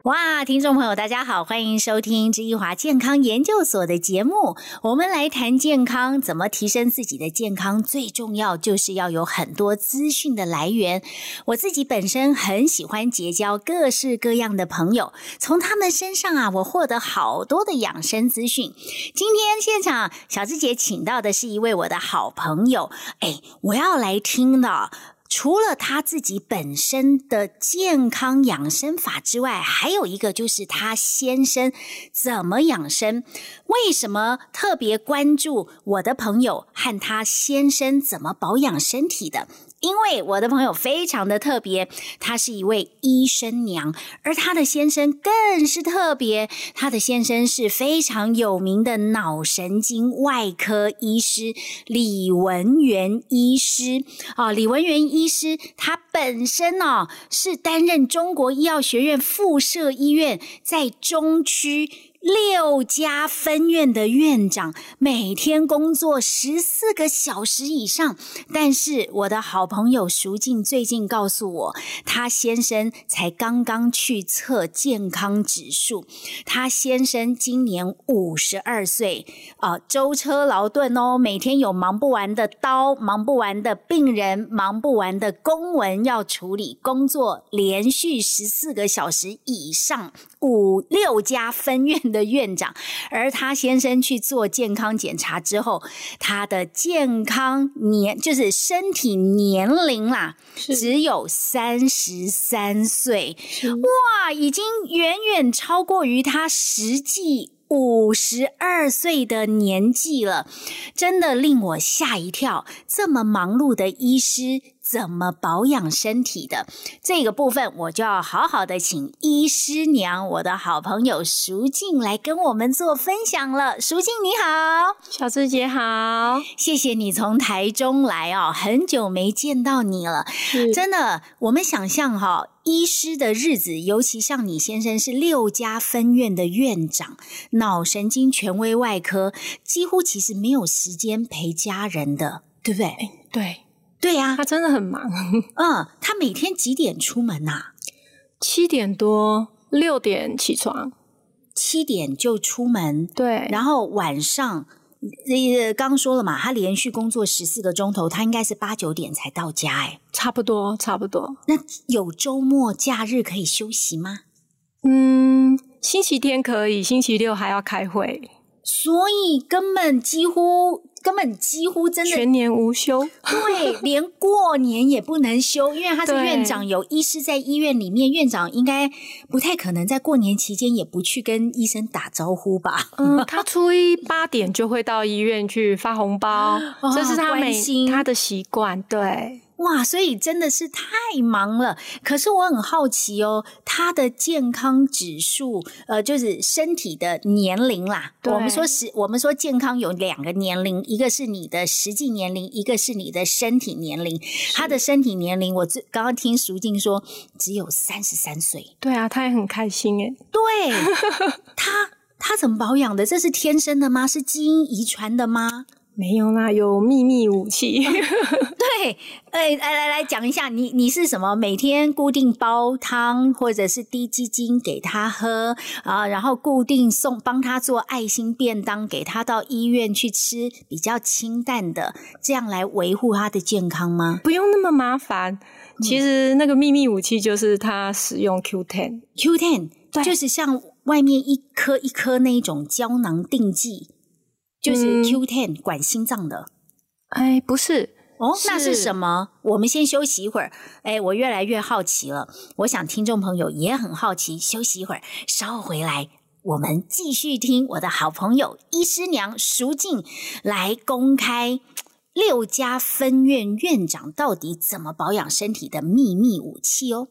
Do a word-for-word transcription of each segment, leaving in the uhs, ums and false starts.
哇，听众朋友大家好，欢迎收听知易华健康研究所的节目。我们来谈健康，怎么提升自己的健康，最重要就是要有很多资讯的来源。我自己本身很喜欢结交各式各样的朋友，从他们身上啊，我获得好多的养生资讯。今天现场小芝姐请到的是一位我的好朋友，哎，我要来听的除了他自己本身的健康养生法之外，还有一个就是他先生怎么养生。为什么特别关注我的朋友和他先生怎么保养身体的？因为我的朋友非常的特别，她是一位医生娘，而她的先生更是特别，她的先生是非常有名的脑神经外科医师李文源医师啊，李文源医师他本身哦是担任中国医药学院附设医院在中区六家分院的院长，每天工作十四个小时以上。但是我的好朋友淑静最近告诉我，他先生才刚刚去测健康指数，他先生今年五十二岁，呃，舟车劳顿哦，每天有忙不完的刀，忙不完的病人，忙不完的公文要处理，工作连续十四个小时以上，五六家分院的的院长，而他先生去做健康检查之后，他的健康年就是身体年龄啦，只有三十三岁，哇，已经远远超过于他实际五十二岁的年纪了，真的令我吓一跳。这么忙碌的医师怎么保养身体的？这个部分我就要好好的请医师娘，我的好朋友淑静来跟我们做分享了。淑静你好。 小芝姐好， 谢谢你从台中来哦，很久没见到你了。真的，我们想象哈、哦，医师的日子，尤其像你先生是六家分院的院长，脑神经权威外科，几乎其实没有时间陪家人的，对不对？ 对对啊， 他真的很忙。 嗯，他每天几点出门啊？ 七点多，六点起床， 七点就出门。 对， 然后晚上，呃，刚说了嘛，他连续工作十四个钟头，他应该是八九点才到家，哎， 差不多，差不多。 那有周末假日可以休息吗？ 嗯，星期天可以，星期六还要开会， 所以根本几乎。根本几乎真的全年无休， 对，连过年也不能休，因为他是院长，有医师在医院里面，院长应该不太可能在过年期间也不去跟医生打招呼吧？ 嗯，他初一八点就会到医院去发红包，哦、这是他每他的习惯，对。 哇，所以真的是太忙了。可是我很好奇哦，他的健康指数，呃，就是身体的年龄啦。我们说实，我们说健康有两个年龄，一个是你的实际年龄，一个是你的身体年龄。他的身体年龄，我刚刚听淑静说只有三十三岁。 对啊，他也很开心耶。 对，他他怎么保养的？这是天生的吗？是基因遗传的吗？ 没有啦，有秘密武器。 对，哎，来来来讲一下，你你是什么？每天固定煲汤，或者是滴鸡精给他喝啊，然后固定送帮他做爱心便当，给他到医院去吃比较清淡的，这样来维护他的健康吗？ 不用那么麻烦。其实那个秘密武器就是他使用 Q 十 Q 十 就是像外面一颗一颗那一种胶囊定剂。就是 Q 十、嗯、管心脏的。 哎，不是哦，是那是什么？我们先休息一会儿。哎，我越来越好奇了，我想听众朋友也很好奇。休息一会儿，稍后回来我们继续听我的好朋友医师娘淑静来公开六家分院院长到底怎么保养身体的秘密武器哦。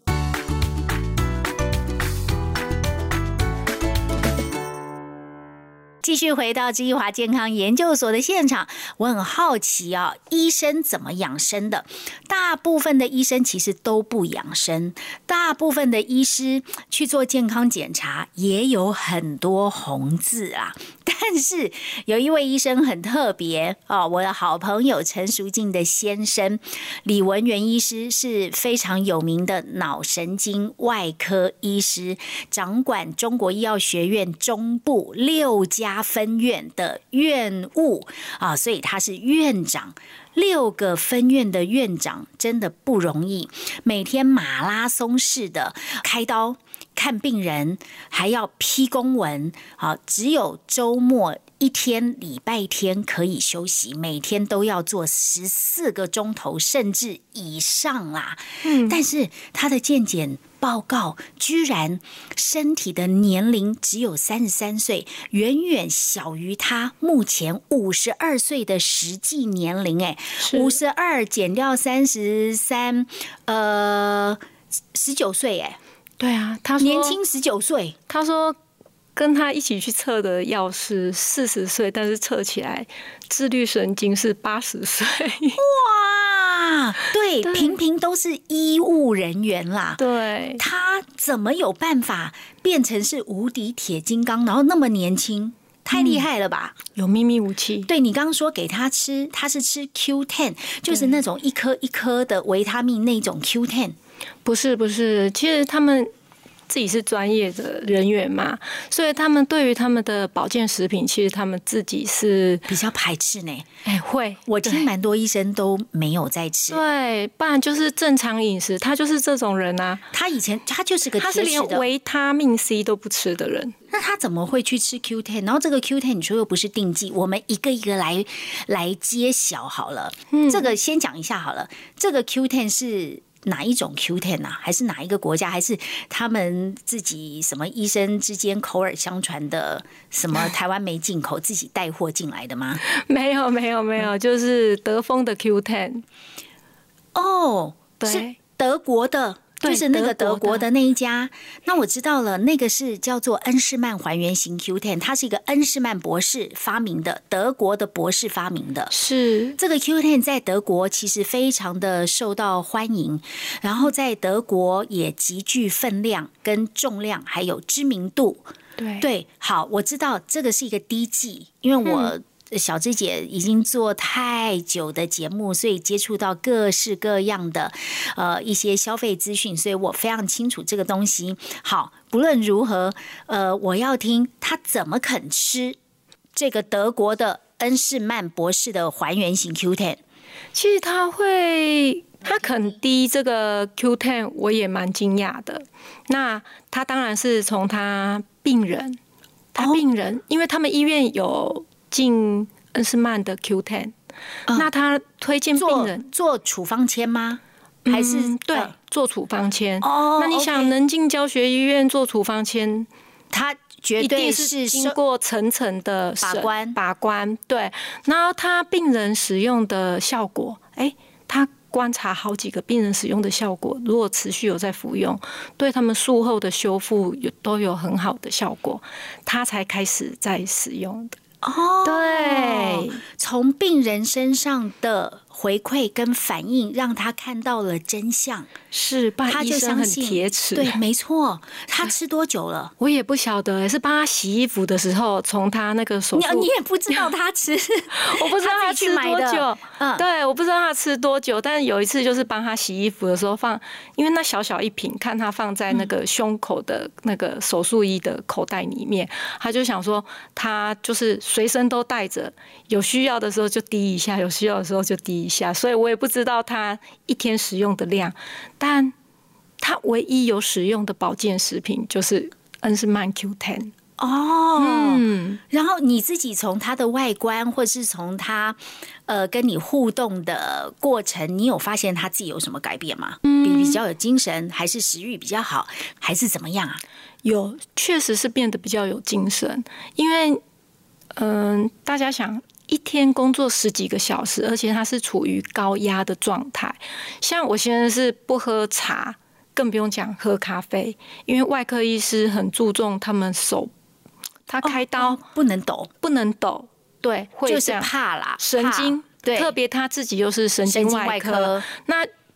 继续回到知易华健康研究所的现场，我很好奇啊，医生怎么养生的？大部分的医生其实都不养生，大部分的医师去做健康检查也有很多红字啊。 但是有一位医生很特别哦，我的好朋友陈淑静的先生李文源医师是非常有名的脑神经外科医师，掌管中国医药学院中部六家分院的院务啊，所以他是院长。六个分院的院长真的不容易，每天马拉松式的开刀看病人，还要批公文，好，只有周末一天礼拜天可以休息，每天都要做十四个钟头甚至以上啦。嗯，但是他的健检报告居然身体的年龄只有三十三岁，远远小于他目前五十二岁的实际年龄。哎，五十二减掉三十三，呃，十九岁。哎， 对啊，他说年轻十九岁。 他说跟他一起去测的药是四十岁，但是测起来自律神经是八十岁。 哇，对，平平都是医务人员啦。 对， 他怎么有办法变成是无敌铁金刚，然后那么年轻？太厉害了吧、嗯、 有秘密武器。 对，你刚刚说给他吃，他是吃 Q 十， 就是那种一颗一颗的维他命那种 Q 十。 不是不是，其实他们自己是专业的人员嘛，所以他们对于他们的保健食品，其实他们自己是比较排斥呢。 哎，会， 我听蛮多医生都没有在吃。 对，不然就是正常饮食，他就是这种人啊。 他以前他就是个铁齿的， 他是连维他命 C 都不吃的人。 那他怎么会去吃 Q 十？ 然后这个 Q 十 你说又不是定剂，我们一个一个来来揭晓好了。嗯，这个先讲一下好了。这个 Q 十 是哪一种 Q 十 啊？还是哪一个国家？还是他们自己什么医生之间口耳相传的？什么台湾没进口，自己带货进来的吗？ 没有，没有，没有，就是德丰的 Q 十。 哦， 对， 是德国的。就是那个德国的那一家，那我知道了，那个是叫做恩士曼还原型 Q 十， 它是一个恩士曼博士发明的，德国的博士发明的。 是这个 Q 十 在德国其实非常的受到欢迎，然后在德国也极具分量、跟重量还有知名度。 对对，好，我知道这个是一个滴剂，因为我、嗯小芝姐已经做太久的节目，所以接触到各式各样的呃一些消费资讯，所以我非常清楚这个东西。好，不论如何，呃，我要听他怎么肯吃这个德国的恩士曼博士的还原型 Q 十。 其实他会，他肯滴这个 Q 十， 我也蛮惊讶的。那他当然是从他病人，他病人，哦、因为他们医院有进恩士曼的 Q 十， 那他推荐病人做, 做处方签吗？还是、 嗯、对、呃、做处方签？ 哦， 那你想能进教学医院做处方签， 他绝对是经过层层的把关把关。对，然后他病人使用的效果，哎，他观察好几个病人使用的效果，如果持续有在服用，对他们术后的修复有都有很好的效果，他才开始在使用的。 哦， 对， 从病人身上的回馈跟反应，让他看到了真相， 是，他就相信铁齿， 对，没错。他吃多久了？ 我也不晓得，是帮他洗衣服的时候，从他那个手术， 你也不知道他吃， 我不知道他吃多久，嗯，对，我不知道他吃多久，但是有一次就是帮他洗衣服的时候放，因为那小小一瓶，看他放在那个胸口的那个手术衣的口袋里面，他就想说，他就是随身都带着，有需要的时候就滴一下，有需要的时候就滴一下，所以我也不知道他一天使用的量，但他唯一有使用的保健食品就是恩士曼 Q 十。 哦，嗯，然后你自己从他的外观，或是从他呃跟你互动的过程，你有发现他自己有什么改变吗？嗯，比比较有精神，还是食欲比较好，还是怎么样啊？ 有，确实是变得比较有精神，因为嗯、呃，大家想。一天工作十几个小时，而且他是处于高压的状态。像我现在是不喝茶，更不用讲喝咖啡，因为外科医师很注重他们手，他开刀、 哦哦、不能抖， 不能抖，对，会就是怕啦， 神经，对，特别他自己又是神经外科，外科那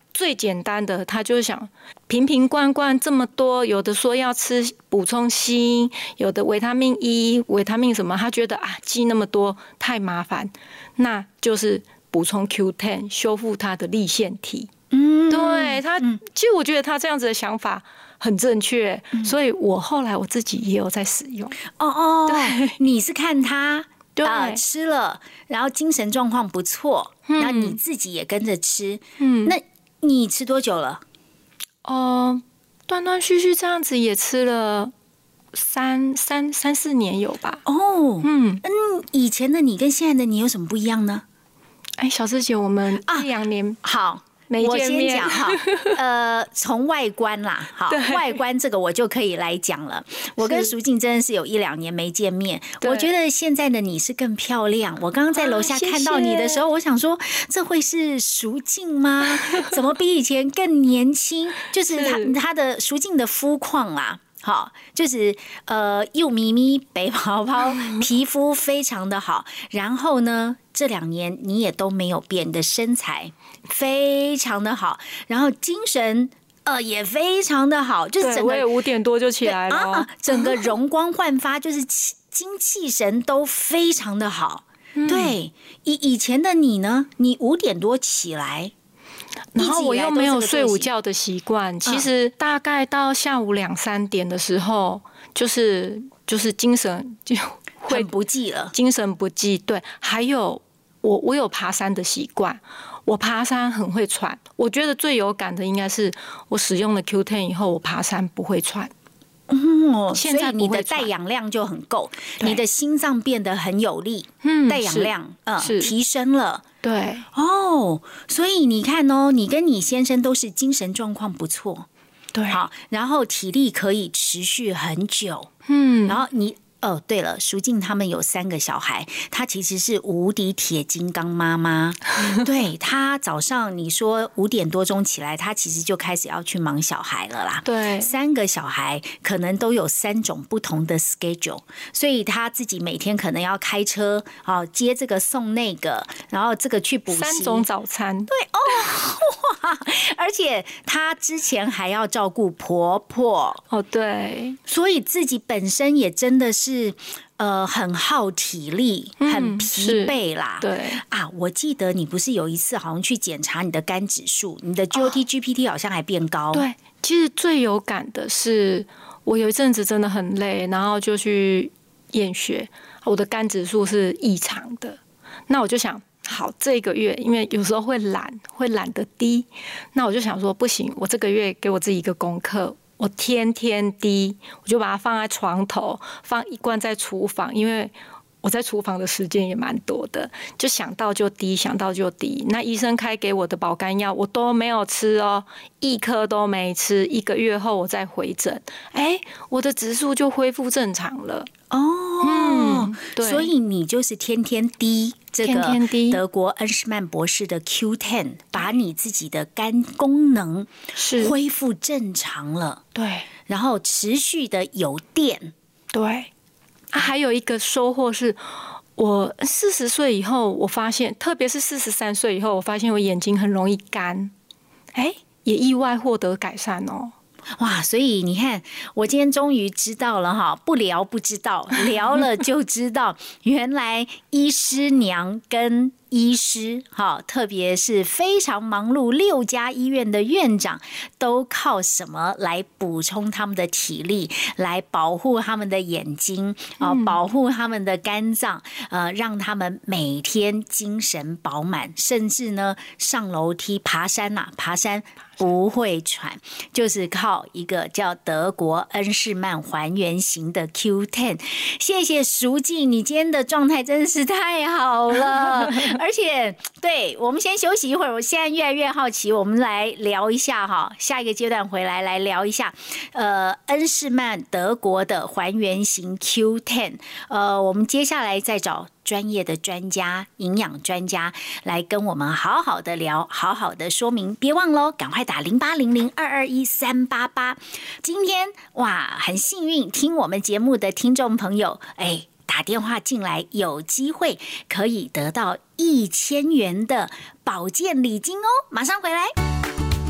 最简单的，他就是想瓶瓶罐罐这么多，有的说要吃补充锌，有的维他命 E、维他命什么，他觉得啊记那么多太麻烦，那就是补充 Q 十 修复他的粒线体。嗯，对他，其实我觉得他这样子的想法很正确，嗯、所以我后来我自己也有在使用。 哦哦，对，你是看他对、呃、吃了，然后精神状况不错，嗯、然后你自己也跟着吃。嗯，那你吃多久了？ 哦、呃，断断续续这样子也吃了三三三四年有吧？ 哦，嗯嗯，以前的你跟现在的你有什么不一样呢？ 哎，小师姐，我们一两年、 啊、好。 没我先讲哈，呃，从外观啦，好，外观这个我就可以来讲了。我跟淑静真的是有一两年没见面，我觉得现在的你是更漂亮。我刚刚在楼下看到你的时候，啊、謝謝我想说，这会是淑静吗？怎么比以前更年轻？就是她她的淑静的肤况啊。好，就是呃，幼咪咪、白泡泡，皮肤非常的好。然后呢，这两年你也都没有变，你的身材非常的好，然后精神呃也非常的好，就是整个我也五点多就起来了、哦啊， 整个容光焕发，就是精气神都非常的好。嗯、对，以以前的你呢，你五点多起来。 然后我又没有睡午觉的习惯，其实大概到下午两三点的时候，就是就是精神就会不济了， 精神不济。对，还有我我有爬山的习惯，我爬山很会喘。我觉得最有感的应该是我使用了 Q 十 以后，我爬山不会喘。 嗯，所以你的带氧量就很够，你的心脏变得很有力，嗯，带氧量嗯提升了。 对哦，所以你看哦，你跟你先生都是精神状况不错， 对， 好，然后体力可以持续很久，嗯，然后你哦，对了，淑静他们有三个小孩，她其实是无敌铁金刚妈妈，对，她早上你说五点多钟起来，她其实就开始要去忙小孩了啦， 对， 三个小孩可能都有三种不同的 schedule， 所以她自己每天可能要开车哦接这个送那个，然后这个去补习， 三种早餐， 对哦，哇，而且她之前还要照顾婆婆， 哦对， 所以自己本身也真的是。是呃很耗体力，很疲惫啦。 嗯、对啊，我记得你不是有一次好像去检查你的肝指数，你的 G O T、G P T 好像还变高。 对，其实最有感的是，我有一阵子真的很累，然后就去验血，我的肝指数是异常的。那我就想，好，这个月因为有时候会懒，会懒得滴，那我就想说，不行，我这个月给我自己一个功课。我天天滴，我就把它放在床头，放一罐在厨房，因为我在厨房的时间也蛮多的，就想到就滴，想到就滴。那医生开给我的保肝药，我都没有吃哦，一颗都没吃。一个月后我再回诊，哎，我的指数就恢复正常了。 哦，嗯，对，所以你就是天天滴这个德国恩施曼博士的 Q 十，把你自己的肝功能恢复正常了。 对， 然后持续的有电。 对，啊，还有一个收获是，我四十岁以后，我发现，特别是四十三岁以后，我发现我眼睛很容易干，哎，也意外获得改善哦。 哇，所以你看，我今天终于知道了哈，不聊不知道，聊了就知道，原来医师娘跟医师哈，特别是非常忙碌六家医院的院长，都靠什么来补充他们的体力，来保护他们的眼睛啊，保护他们的肝脏，呃，让他们每天精神饱满，甚至呢上楼梯、爬山呐、啊，爬山不会喘，就是靠一个叫德国恩施曼还原型的 Q 十。谢谢淑静，你今天的状态真是太好了。而且，对，我们先休息一会儿。我现在越来越好奇，我们来聊一下哈，下一个阶段回来来聊一下，呃，恩施曼德国的还原型 Q 十。呃，我们接下来再找专业的专家、营养专家来跟我们好好的聊，好好的说明。别忘了，赶快打零八零零二二一三八八。今天哇，很幸运听我们节目的听众朋友，哎。打电话进来，有机会可以得到一千元的保健礼金哦！马上回来。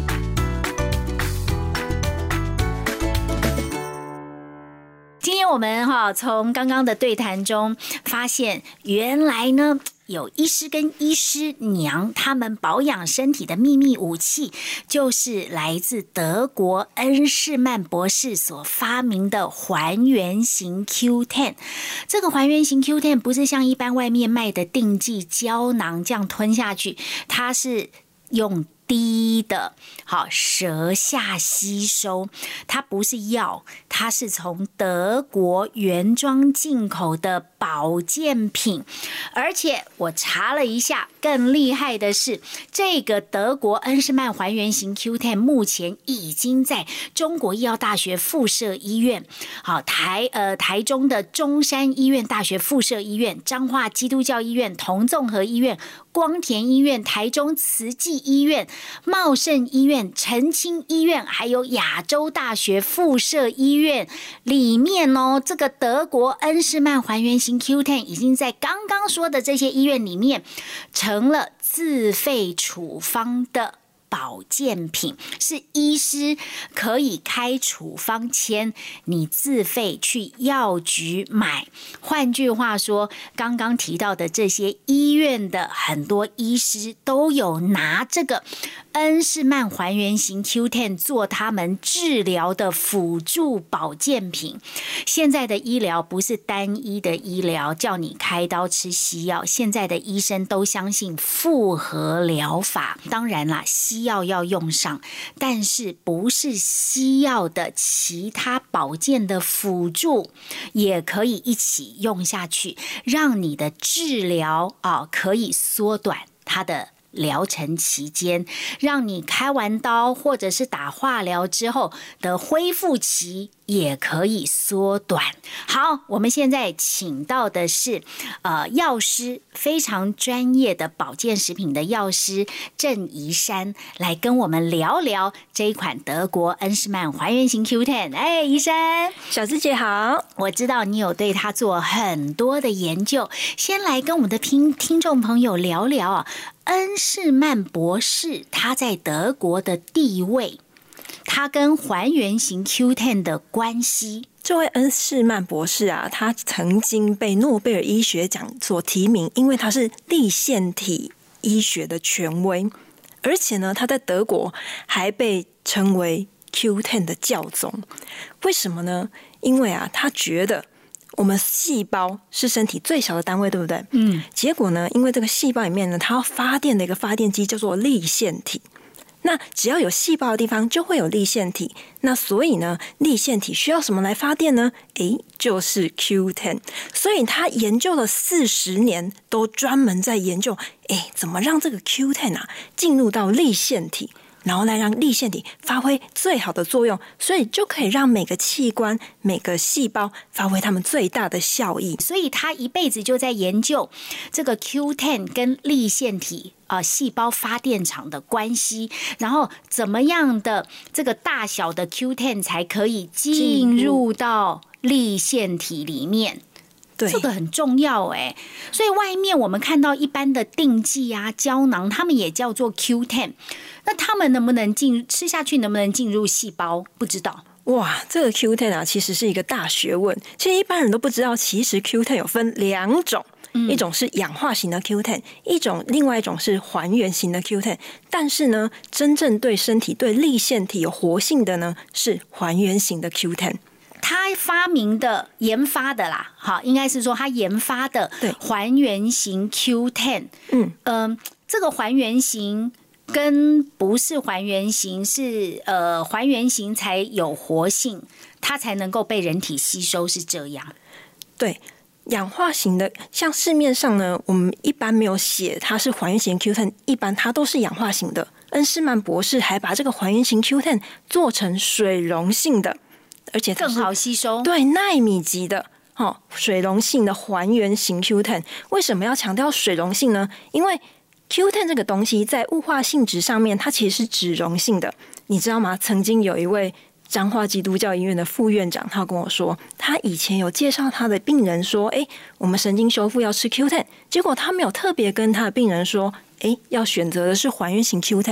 我们哈从刚刚的对谈中发现，原来呢有医师跟医师娘他们保养身体的秘密武器，就是来自德国恩士曼博士所发明的还原型 Q 十。 这个还原型 Q 十 不是像一般外面卖的定剂胶囊这样吞下去，它是用滴的，好，舌下吸收。它不是药，它是从德国原装进口的保健品。而且我查了一下，更厉害的是，这个德国恩士曼还原型 Q 十 目前已经在中国医药大学附设医院、好台呃台中的中山医院大学附设医院、彰化基督教医院、同综合医院、光田医院、台中慈济医院、茂盛医院、澄清医院，还有亚洲大学附设医院里面哦，这个德国恩士曼还原型 Q 十 已经在刚刚说的这些医院里面成了自费处方的保健品，是医师可以开处方签，你自费去药局买。换句话说，刚刚提到的这些医院的很多医师都有拿这个恩士曼还原型 Q 十 做他们治疗的辅助保健品。现在的医疗不是单一的医疗，叫你开刀吃西药，现在的医生都相信复合疗法。当然啦，西药要用上，但是不是西药的其他保健的辅助也可以一起用下去，让你的治疗啊可以缩短它的疗程期间，让你开完刀或者是打化疗之后的恢复期也可以缩短。好，我们现在请到的是呃药师，非常专业的保健食品的药师郑怡珊，来跟我们聊聊这一款德国恩士曼还原型 Q 十。哎，怡珊， 小芝姐好， 我知道你有对它做很多的研究，先来跟我们的听听众朋友聊聊啊，恩士曼博士他在德国的地位，他跟还原型 Q 十 的关系。 这位恩士曼博士啊，他曾经被诺贝尔医学奖所提名，因为他是粒线体医学的权威，而且呢，他在德国还被称为 Q 十 的教宗。为什么呢？因为啊，他觉得我们细胞是身体最小的单位，对不对？嗯。结果呢，因为这个细胞里面呢，它要发电的一个发电机叫做粒线体。那只要有细胞的地方就会有粒线体，那所以呢，粒线体需要什么来发电呢？诶，就是 Q 十。所以他研究了四十年，都专门在研究，诶，怎么让这个 Q 十 啊进入到粒线体，然后来让粒线体发挥最好的作用，所以就可以让每个器官、每个细胞发挥它们最大的效益。 所以他一辈子就在研究这个 Q 十 跟粒线体啊，细胞发电厂的关系，然后怎么样的这个大小的 Q 十 才可以进入到粒线体里面。 对， 这个很重要哎。所以外面我们看到一般的定剂啊、胶囊，他们也叫做 Q 十，那他们能不能进吃下去，能不能进入细胞？不知道。 哇，这个 Q 十 啊，其实是一个大学问。其实一般人都不知道，其实 Q 十 有分两种。一种是氧化型的 Q 十， 一种另外一种是还原型的 Q 十。 但是呢，真正对身体对粒线体有活性的呢，是还原型的 Q 十。 他发明的研发的啦，好，应该是说他研发的还原型 Q 十。 嗯嗯、呃，这个还原型跟不是还原型是呃还原型才有活性，它才能够被人体吸收，是这样。 对。氧化型的，像市面上呢，我们一般没有写它是还原型 Q 十， 一般它都是氧化型的。恩士曼博士还把这个还原型 Q 十 做成水溶性的，而且它更好吸收， 对，奈米级的、哦、水溶性的还原型 Q 十。 为什么要强调水溶性呢？因为 Q 十 这个东西在物化性质上面，它其实是脂溶性的，你知道吗？曾经有一位彰化基督教医院的副院长，他跟我说，他以前有介绍他的病人说，哎，我们神经修复要吃 Q 十， 结果他没有特别跟他的病人说，哎，要选择的是还原型 Q 十。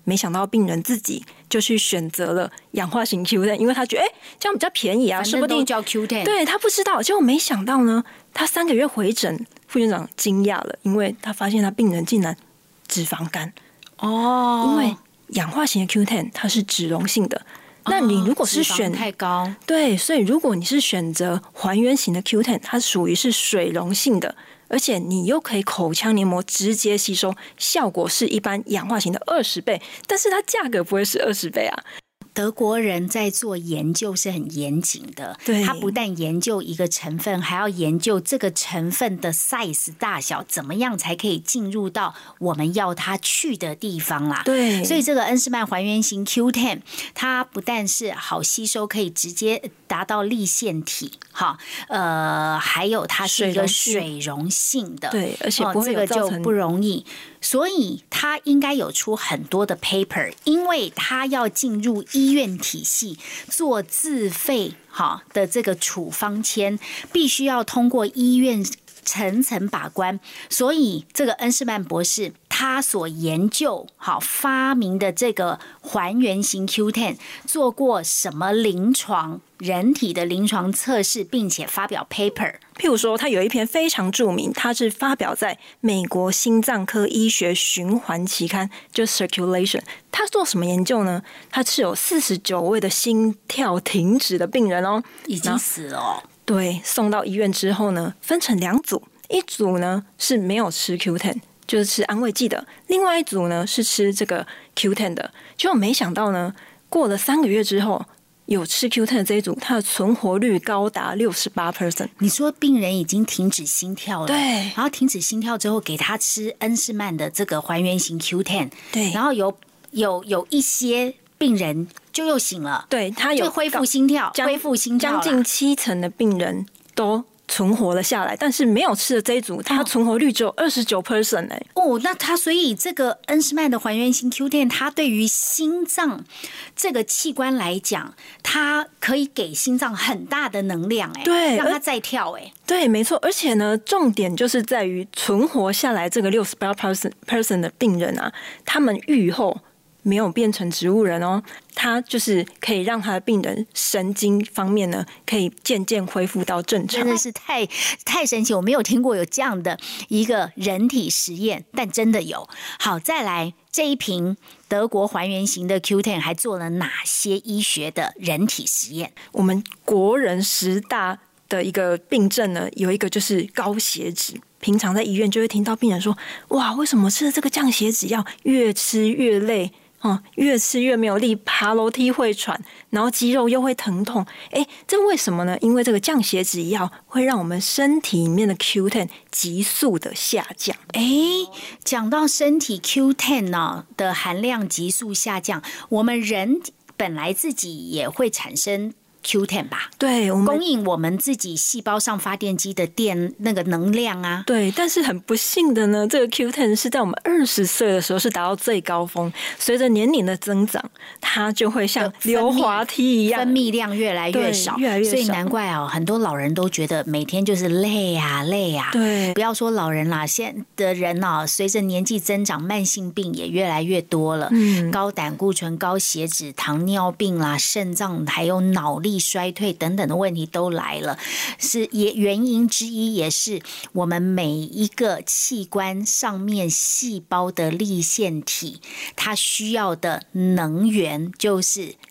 没想到病人自己就去选择了氧化型 Q 十， 因为他觉得哎、欸、这样比较便宜啊，说不定叫 Q 十。 对，他不知道，结果没想到呢，他三个月回诊，副院长惊讶了，因为他发现他病人竟然脂肪肝哦， 因为氧化型的 Q 十 它是脂溶性的。那你如果是选、 哦、太高， 对，所以如果你是选择还原型的 Q 十， 它属于是水溶性的，而且你又可以口腔黏膜直接吸收，效果是一般氧化型的二十倍，但是它价格不会是二十倍啊。 德国人在做研究是很严谨的， 对， 他不但研究一个成分，还要研究这个成分的 size 大小，怎么样才可以进入到我们要它去的地方啦。 对， 所以这个恩施曼还原型 Q 十， 它不但是好吸收，可以直接达到粒线体，哈，呃，还有它是一个水溶性的， 对，而且不会有造成、 哦、这个就不容易。所以它应该有出很多的 paper， 因为它要进入医院体系做自费哈的这个处方签，必须要通过医院层层把关。所以这个恩施曼博士他所研究好发明的这个还原型 Q 十 做过什么临床人体的临床测试，并且发表 paper。 譬如说，他有一篇非常著名，它是发表在美国心脏科医学循环期刊，就 Circulation。他做什么研究呢？他是有四十九位的心跳停止的病人哦， 已经死了哦。 对，送到医院之后呢，分成两组，一组呢是没有吃 Q 十， 就是吃安慰剂的，另外一组呢是吃这个 Q 十 的。结果没想到呢，过了三个月之后，有吃 Q 十 的这一组，它的存活率高达 百分之六十八。 你说病人已经停止心跳了， 对， 然后停止心跳之后，给他吃恩施曼的这个还原型 Q 十， 对， 然后有有有一些病人就又醒了， 对，他有就恢复心跳，恢复心跳， 将近七成的病人都存活了下来，但是没有吃的这一组，它存活率只有 百分之二十九 哎。 哦，那它所以这个恩施曼的还原型 Q 十， 它对于心脏这个器官来讲，它可以给心脏很大的能量，哎， 对， 让它再跳，哎， 对，没错。而且呢，重点就是在于存活下来这个 百分之六十八 的病人啊，他们愈后没有变成植物人哦，他就是可以让他的病人神经方面呢，可以渐渐恢复到正常。 真的是太太神奇，我没有听过有这样的一个人体实验，但真的有。好，再来这一瓶德国还原型的 Q 十 还做了哪些医学的人体实验？ 我们国人十大的一个病症呢，有一个就是高血脂。平常在医院就会听到病人说：“哇，为什么吃了这个降血脂药越吃越累？”哦，越吃越没有力，爬楼梯会喘，然后肌肉又会疼痛。哎，这为什么呢？因为这个降血脂药会让我们身体里面的 Q 十 急速的下降。 哎，讲到身体 Q 十 呢的含量急速下降，我们人本来自己也会产生Q 十 吧？ 对，我们供应我们自己细胞上发电机的电那个能量啊。 对，但是很不幸的呢，这个 Q 十 是在我们二十岁的时候是达到最高峰，随着年龄的增长，它就会像溜滑梯一样， 分泌量越来越少， 越来越少。 所以难怪哦，很多老人都觉得每天就是累啊累啊。 对， 不要说老人啦，现在的人哦，随着年纪增长，慢性病也越来越多了。嗯，高胆固醇、高血脂、糖尿病啦、肾脏还有脑力衰退等等的问题都来了，是也原因之一，也是我们每一个器官上面细胞的粒线体，它需要的能源就是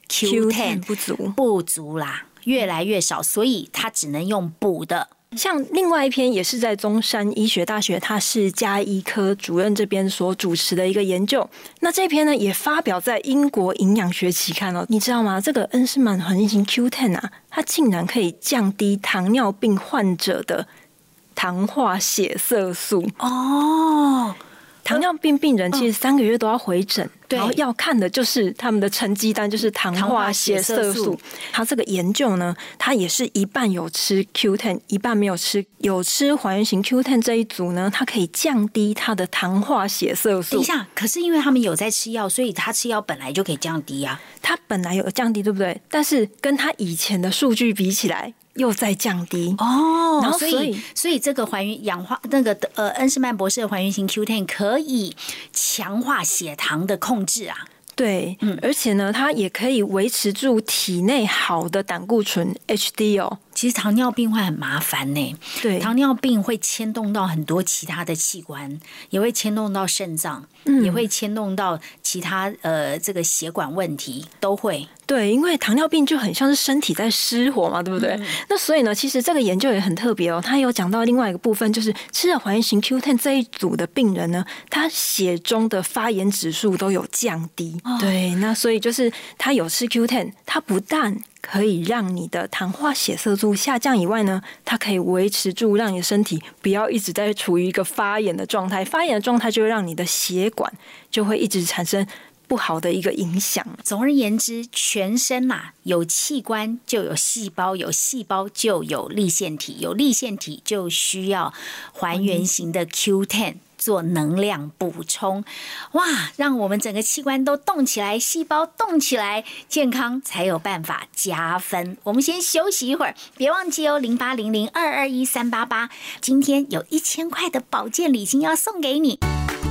Q 十不足不足啦，越来越少，所以它只能用补的。 像另外一篇也是在中山医学大学，他是家医科主任这边所主持的一个研究。那这篇呢也发表在英国营养学期刊哦。你知道吗？这个恩施曼还原型 Q 十 啊，它竟然可以降低糖尿病患者的糖化血色素哦。 糖尿病病人其实三个月都要回诊， 嗯、 然后要看的就是他们的成绩单，就是糖化血色素。他这个研究呢，他也是一半有吃 Q 十， 一半没有吃。有吃还原型 Q 十 这一组呢，它可以降低它的糖化血色素。 等一下，可是因为他们有在吃药，所以他吃药本来就可以降低啊。 他本来有降低，对不对？但是跟他以前的数据比起来，又在降低哦， 然后所以所以这个还原氧化那个呃恩施曼博士的还原型 Q 十 可以强化血糖的控制啊。 对，嗯，而且呢，它也可以维持住体内好的胆固醇 H D L。 其实糖尿病会很麻烦呢， 对， 糖尿病会牵动到很多其他的器官，也会牵动到肾脏，嗯，也会牵动到其他呃这个血管问题都会。 对，因为糖尿病就很像是身体在失火嘛，对不对？嗯、那所以呢，其实这个研究也很特别哦，他有讲到另外一个部分，就是吃了还原型 Q 十 这一组的病人呢，他血中的发炎指数都有降低。哦、对，那所以就是他有吃 Q 十，他不但可以让你的糖化血色素下降以外呢，它可以维持住让你的身体不要一直在处于一个发炎的状态，发炎的状态就会让你的血管就会一直产生不好的一个影响。 总而言之，全身嘛、啊，有器官就有细胞，有细胞就有粒线体，有粒线体就需要还原型的 Q 十。做能量补充，哇，让我们整个器官都动起来，细胞动起来，健康才有办法加分。我们先休息一会儿，别忘记哦，零八零零二二一三八八，今天有一千块的保健礼金要送给你。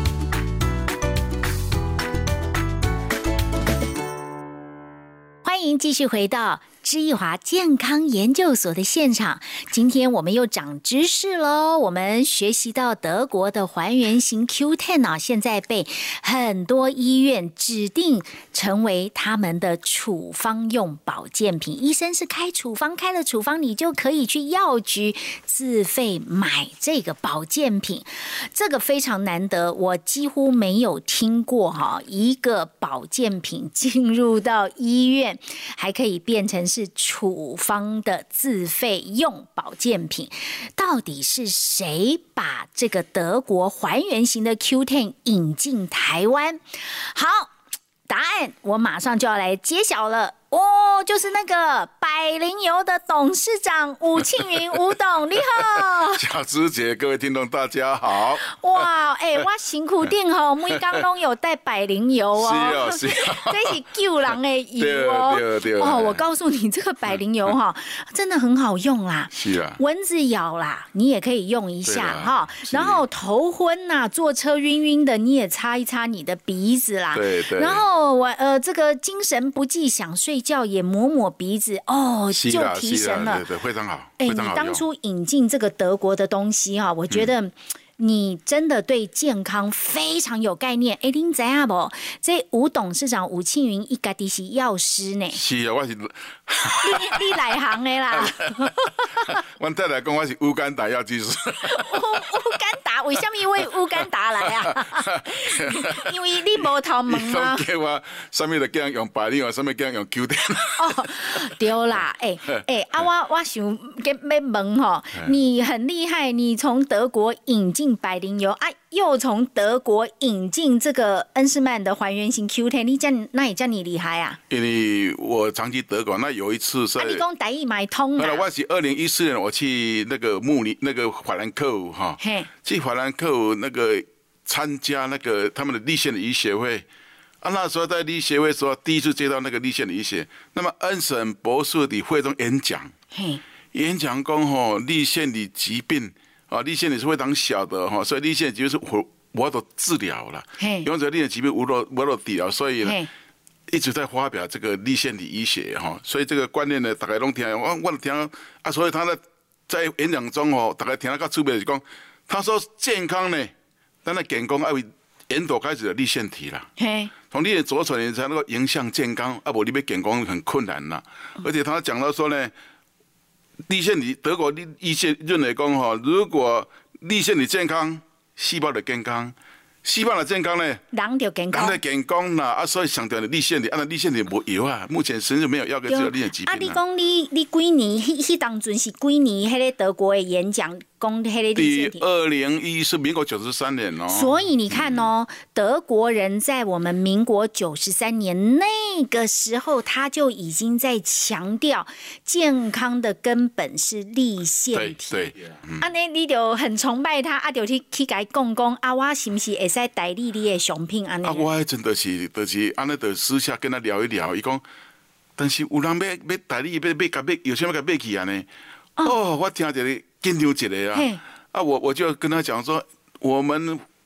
欢迎继续回到知易华健康研究所的现场，今天我们又长知识喽。我们学习到德国的还原型 Q 十 啊，现在被很多医院指定成为他们的处方用保健品。医生是开处方，开了处方你就可以去药局自费买这个保健品，这个非常难得，我几乎没有听过哈，一个保健品进入到医院还可以变成是处方的自费用保健品。到底是谁把这个德国还原型的 Q 十 引进台湾？好，答案我马上就要来揭晓了哦，就是那个百灵油的董事长吴庆云，吴董你好。 小芝姐，各位听众大家好。 哇，哎、欸，我辛苦定吼，每缸都有带百灵油哦。 是哦，是哦， 这是救人的油哦。 对对对。 哦，我告诉你，这个百灵油哈，真的很好用啦。 是啊。 蚊子咬啦，你也可以用一下哈。然后头昏呐，坐车晕晕的，你也擦一擦你的鼻子啦。 对对。 然后我呃，这个精神不济想睡觉也抹抹鼻子，哦，就提神了。 对对，非常好。 哎、欸，你当初引进这个德国的东西哈，我觉得、嗯。你真的对健康非常有概念，哎，您知道不？这吴董事长吴庆云，伊家己是药师呢。 是啊，我是。你你内行的啦。 我太太讲我是乌干达药剂师。 乌乌干达为什么为乌干达来啊？因为你无头问啊。 叫我上面就叫人用百灵油，上面叫人用 Q 十。 哦，对啦，哎、欸、哎、欸、啊，我我想要问吼，你很厉害，你从德国引进百灵油啊，又从德国引进这个恩施曼的还原型 Q 十， 你这样那也叫你厉害啊？ 因为我长期德国，那有一次是， 啊，你讲台语买通啊？ 我是二零一四年我去那个慕尼那个法兰克福哈，去法兰克福那个参加那个他们的立宪的医学会。啊，那时候在立协会说第一次接到那个立宪的医学，那么恩审博士的会中演讲，演讲讲吼立宪的疾病啊，立宪的是非常小的哈，所以立宪疾病是我我都治疗了，因为这立宪疾病无都无都治疗，所以呢一直在发表这个立宪的医学哈，所以这个观念呢大家都听，我我听啊，所以他呢在演讲中哦，大家听到较出名是讲，他说健康呢，咱的健康要为沿途开始的立腺体啦，从你的左手你才能够影响健康，啊，不你要健康很困难啦。而且他讲到说呢，立腺体德国医学认为讲哈，如果立腺体健康，细胞的健康。细胞的健康呢， 人就健康， 人就健康啦啊！所以强调的立腺体，啊，立腺体无药啊，目前甚至没有药可以治疗立腺疾病啊。 啊，你讲你你几年？迄迄当阵是几年？迄个德国的演讲讲迄个立腺体。 第二零一是民国九十三年哦。 所以你看哦，嗯、德国人在我们民国九十三年那个时候，他就已经在强调健康的根本是立腺体。 对对。 嗯、啊，那你就很崇拜他，啊，就去去甲伊讲讲，啊，我是不是会？在代理你的商品安尼， 啊，我还真的是，就是安尼，就私下跟他聊一聊。伊讲，但是有人要要代理，要要甲买，有啥要甲买去安尼？哦，我听着紧张一个啊！啊，我我就跟他讲说，我们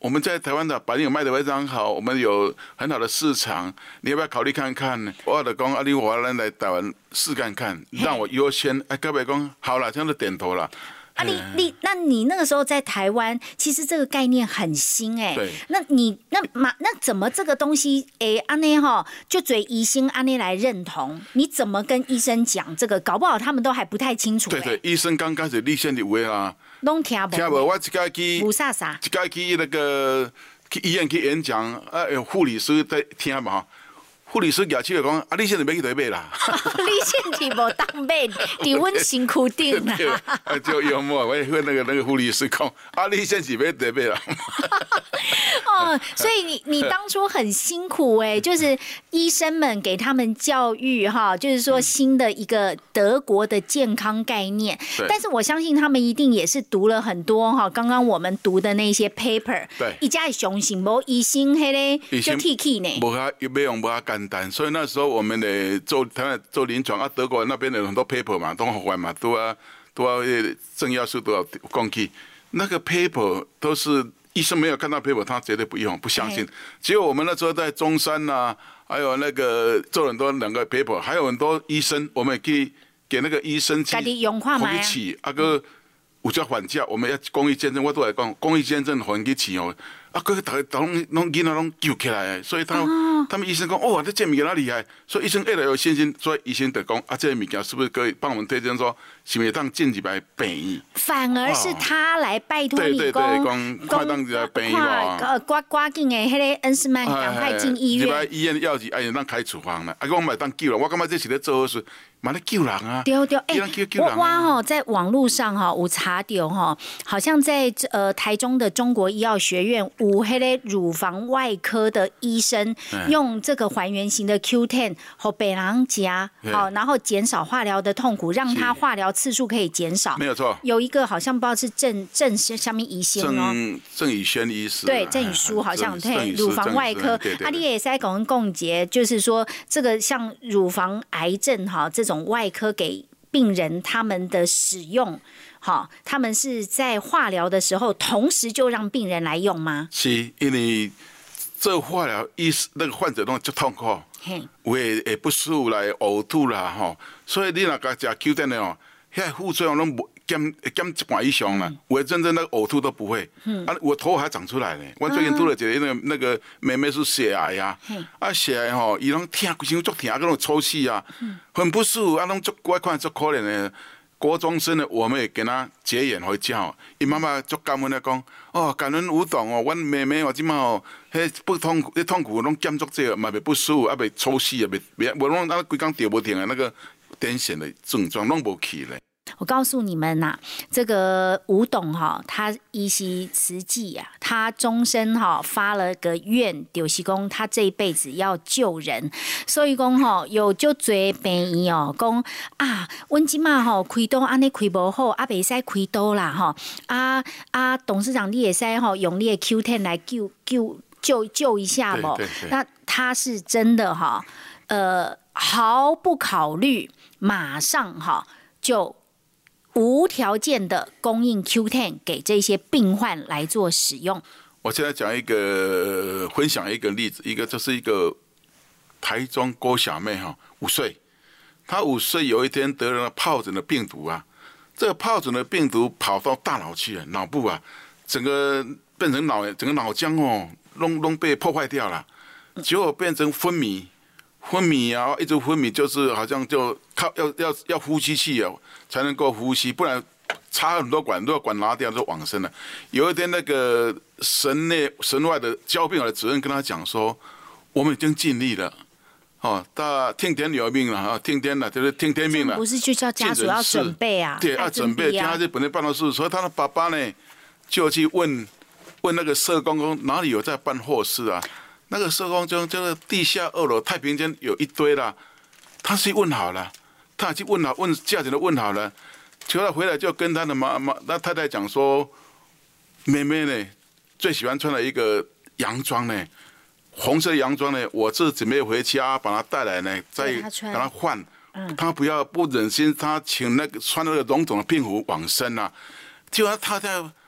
我们在台湾的板有卖得非常好，我们有很好的市场，你要不要考虑看看？我的讲，啊，你我来来台湾试看看，让我优先。哎，各位讲好了，这样就点头了。 啊，你你，那你那个时候在台湾，其实这个概念很新哎、欸。 对。 那你那马那怎么这个东西哎，安内哈就嘴医生安内来认同？你怎么跟医生讲这个？搞不好他们都还不太清楚、欸。 对对，医生刚开始立宪的位啊， 拢听不。 听不，我一家去。 无啥啥。 一家去那个去医院去演讲，啊，有护理师在听嘛。护理师举起来讲，啊，你现在要去台买啦？ 你现在无当买，伫阮身躯顶啦。 啊，就幽默，我也跟那个那个护理师讲，啊，你现在要台买啦？ 哦，所以你你当初很辛苦哎、欸，就是医生们给他们教育哈，就是说新的一个德国的健康概念。但是我相信他们一定也是读了很多哈，刚刚我们读的那些 paper。 对。 一家相信无医生迄个就 T K 呢。 无他没用，无他简单。所以那时候我们的做台湾做临床啊，德国那边的很多 paper 嘛，都好玩嘛，都要都要政要素都要供给。那个 paper 都是。医生没有看到 paper， 他绝对不用，不相信。结果我们那时候在中山呐、啊，还有那个做很多两个 paper， 还有很多医生，我们也可以给那个医生去回去，啊个有叫缓假，我们要公益捐赠，我都来讲公益捐赠还去起哦，啊个大家都拢囡仔拢救起来，所以他、哦、他们医生讲哦，这这物件哪厉害，所以医生越来越有信心，所以医生就讲啊，这个物件是不是可以帮我们推荐说，是不是当进一排病医？ 反而是他来拜托你讲，讲快当一排病医哇，呃，赶赶紧的，迄个恩斯曼赶快进医院。 入来医院药剂，哎，让开处方啦，啊，我买当救了，我感觉这是咧做好事。嘛咧救人啊！ 对对，哎、欸，我我哈在网络上哈有查到哈，好像在呃台中的中国医药学院有迄个乳房外科的医生用这个还原型的 Q 十 和北狼夹，好，然后减少化疗的痛苦，让他化疗次数可以减少。 没有错。 有一个好像不知道是郑郑下面医生哦， 郑宇轩医师。 对，郑宇书好像对乳房外科，啊，你也在跟共结，就是说这个像乳房癌症哈这种。外科给病人他们的使用，好，他们是在化疗的时候，同时就让病人来用吗？ 是，因为这化疗医那个患者都很痛苦，会会不舒服来呕吐啦，吼，所以你若甲食 Q 十 的哦，遐副作用拢无。减减一半以上了，我真正那个呕吐都不会，嗯、啊，我头还长出来呢。我最近拄了一个那个那个妹妹是血癌啊，啊血癌吼，伊拢疼，规身足疼，啊，嗰种抽搐啊，很不舒服，啊，拢足我看足可怜的。国中生的我们也给他结缘回家哦，伊妈妈足感恩的讲，哦，感恩吴董哦，阮妹妹哦，即马哦，迄不痛苦，迄痛苦拢减足济，嘛袂不舒服，啊袂抽搐，啊袂袂，无拢啊规工调无停的那个癫痫的症状拢无去咧。 我告诉你们呐、啊，这个吴董哈，他依稀慈济啊，他终身哈发了个愿，就是讲他这一辈子要救人，所以讲哈有就侪病院哦，讲啊，阮即马吼开刀安尼开无好，啊袂使开刀啦吼，啊啊董事长你会使吼用你的 Q 十 来救救救救一下不？那他是真的哈，呃毫不考虑，马上哈就。无条件的供应 Q 十 给这些病患来做使用。 我现在讲一个分享一个例子，一个就是一个台中郭小妹哈，五岁，她五岁有一天得了疱疹的病毒啊，这个疱疹的病毒跑到大脑去了，脑部啊，整个变成脑整个脑浆哦，拢拢被破坏掉了，结果变成昏迷。昏迷啊，一直昏迷，就是好像就靠要要要呼吸器啊，才能够呼吸，不然插很多管，如果管拿掉就往生了。有一天，那个神内神外的交病的主任跟他讲说：“我们已经尽力了，哦，他听天由命了啊，听天了，就是听天命了。” 不是就叫家属要准备啊？ 对，要准备。他在本来办公室，所以他的爸爸呢就去问问那个社工说哪里有在办后事啊？那个社工就这个地下二楼太平间有一堆啦，他去问好了，他去问好问价钱都问好了，结果他回来就跟他的妈妈那太太讲说，妹妹呢最喜欢穿的一个洋装呢，红色洋装呢，我是准备回家把它带来呢，再让他换，他不要不忍心他请那个穿那个笼统的病服往生啊，结果他太太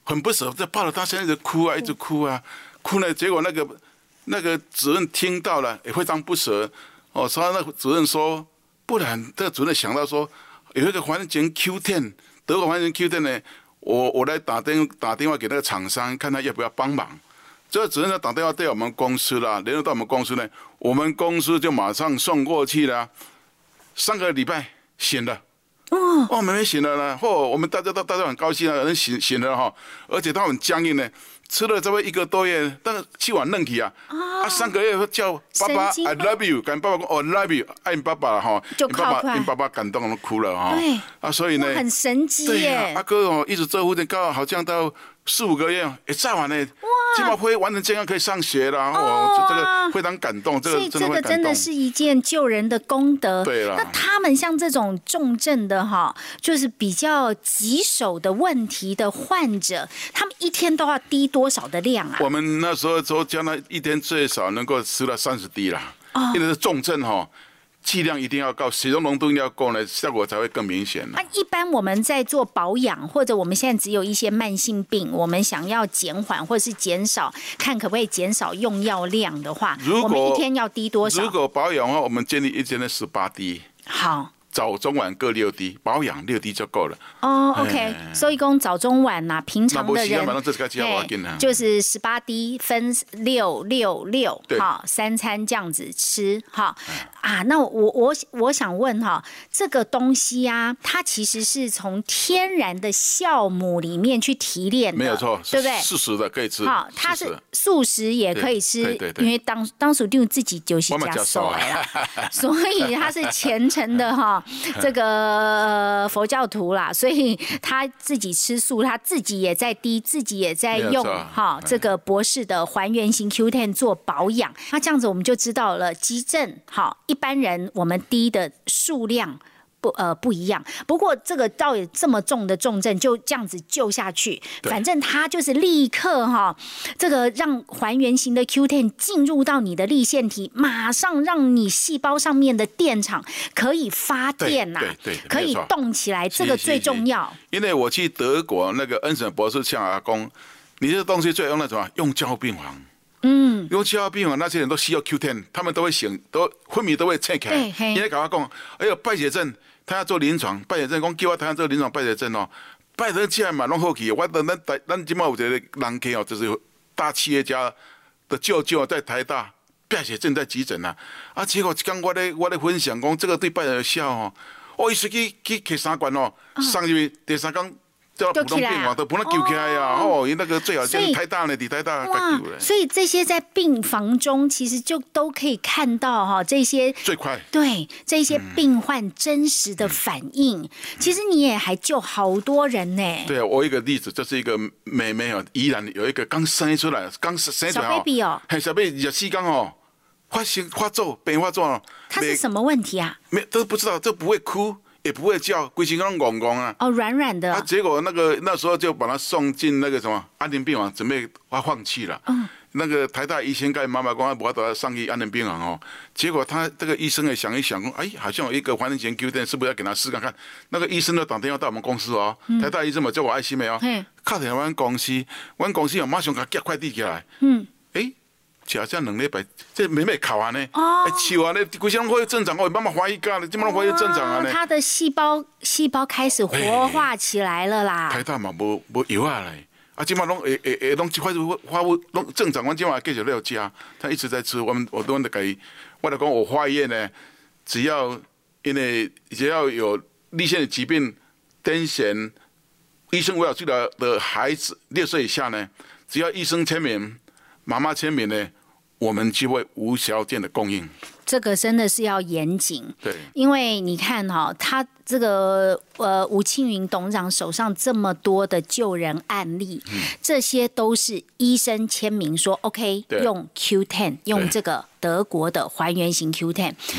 很不舍，就抱着他，现在一直哭啊，一直哭啊，哭呢。结果那个那个主任听到了，也非常不舍。哦，所以那个主任说，不然这个主任想到说，有一个环境 Q 十， 德国环境 Q 十 呢，我我来打电打电话给那个厂商，看他要不要帮忙。这个主任就打电话对我们公司了，联络到我们公司呢，我们公司就马上送过去了。上个礼拜醒了。哦，哦，妹妹醒了呢，哦，我们大家都大家很高兴啊，人醒醒了哈，而且他很僵硬呢，吃了差不多一个多月，但是气管嫩体啊，啊，三个月叫爸爸 I love you， 跟爸爸说哦 love you， 爱你爸爸哈， 就靠快， 你爸爸感动都哭了哈， 对， 啊，所以呢， 很神奇耶， 对啊，阿哥哦一直做护士，到好像到四五个月，哎，再完呢。起码会完成健康可以上学啦，哦，这个非常感动，这个这个真的是一件救人的功德。 对了， 那他们像这种重症的哈，就是比较棘手的问题的患者，他们一天都要滴多少的量啊？ 我们那时候说叫他一天最少能够吃到三十滴啦，因为是重症哈。剂量一定要高，血中浓度一定要够呢，效果才会更明显。 那一般我们在做保养，或者我们现在只有一些慢性病，我们想要减缓或是减少，看可不可以减少用药量的话，我们一天要滴多少？ 如果保养的话，我们建议一天的十八滴。 好。 早中晚各六滴，保养六滴就够了。 哦 ，OK， 所以讲早中晚呐、啊，平常的人， 对， 就是十八滴分六六六，哈，三餐这样子吃，哈啊。那我我我想问哈，这个东西啊，它其实是从天然的酵母里面去提炼的， 没有错， 对不对？ 素食的可以吃， 好，它是素食也可以吃， 对对对， 因为当当属定自己就是加手呀，所以它是虔诚的哈。这个佛教徒啦，所以他自己吃素，他自己也在滴，自己也在用哈这个博士的还原型 Q 十 做保养。那这样子我们就知道了，急症好，一般人我们滴的数量。不呃不一样，不过这个到底这么重的重症就这样子救下去，反正它就是立刻哈，这个让还原型的 Q 十 进入到你的粒线体，马上让你细胞上面的电场可以发电呐、啊， 对对， 可以动起来，这个最重要。 因为我去德国那个恩森博士向阿公，你这个东西最用那什么？用胶病房。嗯，用胶病房那些人都需要 Q 十，他们都会醒，都昏迷都会醒起来。因为跟我讲，哎呦败血症。他要做临床败血症，讲叫我台湾做临床败血症哦，败血症起来嘛拢好去。我等咱台咱今麦有一个人客哦，就是大企业家的舅舅在台大败血症在急诊啊，啊，结果刚我咧我咧分享讲这个对败血有效哦，我一时去去摕三罐哦，上去第三天。叫普通病房都不能救起来呀！哦，那个最好就是台大呢，比台大更救了。 所以这些在病房中，其实就都可以看到哈，这些最快对这些病患真实的反应。嗯、其实你也还救好多人呢。 对啊，我一个例子，就是一个妹妹哦，宜兰有一个刚生出来，刚生出来小 baby 哦， 嘿，小 baby 二十四天哦，发生发作，变发作哦。 他是什么问题啊？ 没都不知道，这不会哭。也不会叫，规身拢戆戆啊！ 哦，软软的。 啊，结果那个那时候就把他送进那个什么安宁病房，准备他放弃了。嗯。那个台大医生跟妈妈讲，我要他上去安宁病房哦。结果他这个医生也想一想，哎，好像有一个还原型 Q 十，是不是要给他试看看？那个医生就打电话到我们公司哦，嗯、台大医生嘛叫我爱心没有？嗯。打电话我们公司，我们公司又马上给他寄快递过来。嗯。哎。吃这两礼拜，这妹妹考完呢，哎，吃完呢，规身拢恢复正常，我慢慢怀疑干了，基本上恢复正常啊呢。 他的细胞细胞开始活化起来了啦。 台大嘛，无无药啊嘞，啊，基本上拢会会会拢快速发物拢正常，我基本上继续在加，他一直在吃，我们我都在给，我来讲我化验呢，只要因为只要有立腺的疾病，癫痫，医生无法治疗的孩子六岁以下呢，只要医生签名。妈妈签名呢，我们就会无条件的供应。 这个真的是要严谨， 对， 因为你看哈、哦，他这个呃吴庆云董事长手上这么多的救人案例，嗯、这些都是医生签名说 OK， 用 Q 十， 用这个德国的还原型 Q 十。嗯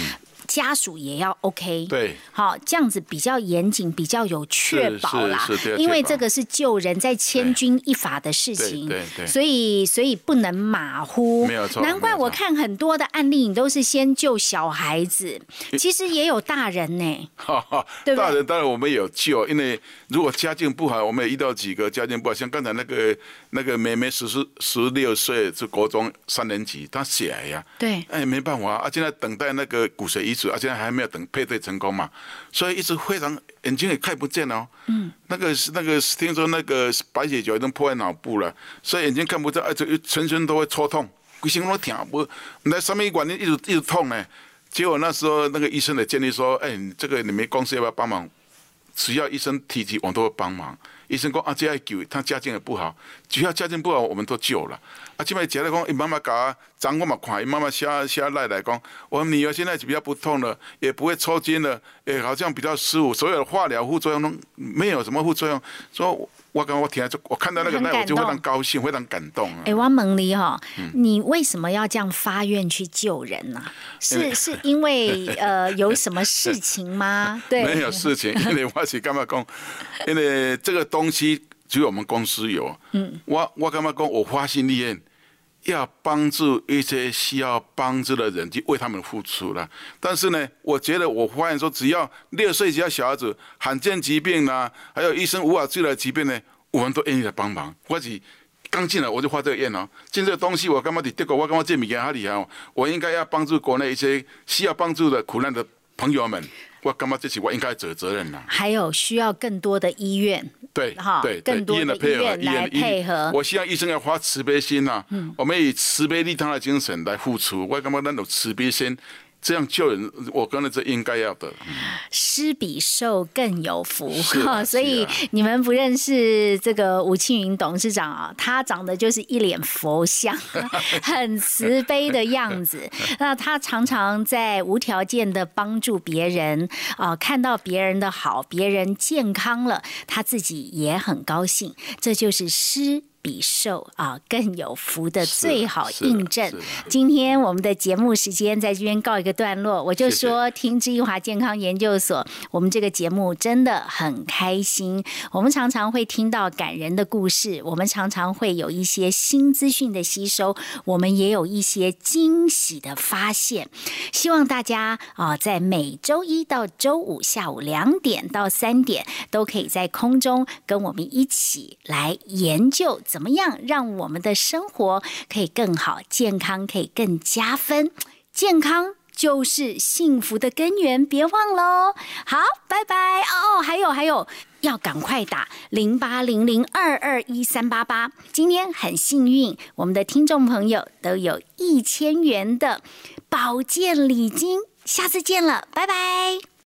家属也要 OK， 对， 好，这样子比较严谨，比较有确保啦。 是是是， 因为这个是救人，在千钧一发的事情， 对对对， 所以所以不能马虎。 没有错， 难怪我看很多的案例，你都是先救小孩子，其实也有大人呢。对不对？ 大人当然我们也有救，因为如果家境不好，我们也遇到几个家境不好，像刚才那个那个妹妹十四十六岁，是国中三年级，她血癌呀， 对， 哎，没办法啊，现在等待那个骨髓移植，啊，现在还没有等配对成功嘛，所以一直非常眼睛也看不见哦。嗯，那个那个听说那个白血球已经破坏脑部了，所以眼睛看不见，而且全身都会抽痛，规身都痛，不，那什么原因一直一直痛呢？结果那时候那个医生的建议说，哎，你这个你们公司要不要帮忙？只要医生提起，我们都会帮忙。医生说啊，这要救，他家境也不好，只要家境不好，我们都救了。啊，这摆接来讲，伊妈妈搞，张我嘛看，伊妈妈写写赖来讲，我女儿现在比较不痛了，也不会抽筋了，也好像比较舒服，所有的化疗副作用都没有什么副作用，所以。我刚我听就我看到那个那我就非常高兴，非常感动啊！ 哎，我问你哈，你为什么要这样发愿去救人呢、啊？是是因为呃有什么事情吗？对， 没有事情，因为我是干嘛讲？因为这个东西只有我们公司有。嗯，我我干嘛讲？我发心立愿要帮助一些需要帮助的人，去为他们付出了。但是呢，我觉得我发现说，只要六岁以下小孩子罕见疾病啦、啊，还有医生无法治疗的疾病呢，我们都愿意来帮忙。我是刚进来我就发这个愿哦，进这个东西我干嘛的？德国我干嘛这物件很厉害哦？我应该要帮助国内一些需要帮助的苦难的朋友们。我干嘛这是我应该责责任呐？ 还有需要更多的医院， 对， 哈， 对， 更多的医院来配合。 我希望医生要发慈悲心呐、啊，嗯、我们以慈悲利他的精神来付出。我干嘛那种慈悲心？这样救人，我刚才这应该要的。 施比受更有福， 啊、 所以你们不认识这个吴庆云董事长啊，他长得就是一脸佛像，很慈悲的样子。那他常常在无条件的帮助别人啊、呃，看到别人的好，别人健康了，他自己也很高兴。这就是施比受啊更有福的最好印证。今天我们的节目时间在这边告一个段落，我就说听知益华健康研究所，我们这个节目真的很开心。我们常常会听到感人的故事，我们常常会有一些新资讯的吸收，我们也有一些惊喜的发现。希望大家啊，在每周一到周五下午两点到三点，都可以在空中跟我们一起来研究。怎么样让我们的生活可以更好，健康可以更加分？健康就是幸福的根源，别忘喽！好，拜拜哦！还有还有，要赶快打零八零零二二一三八八。今天很幸运，我们的听众朋友都有一千元的保健礼金，下次见了，拜拜。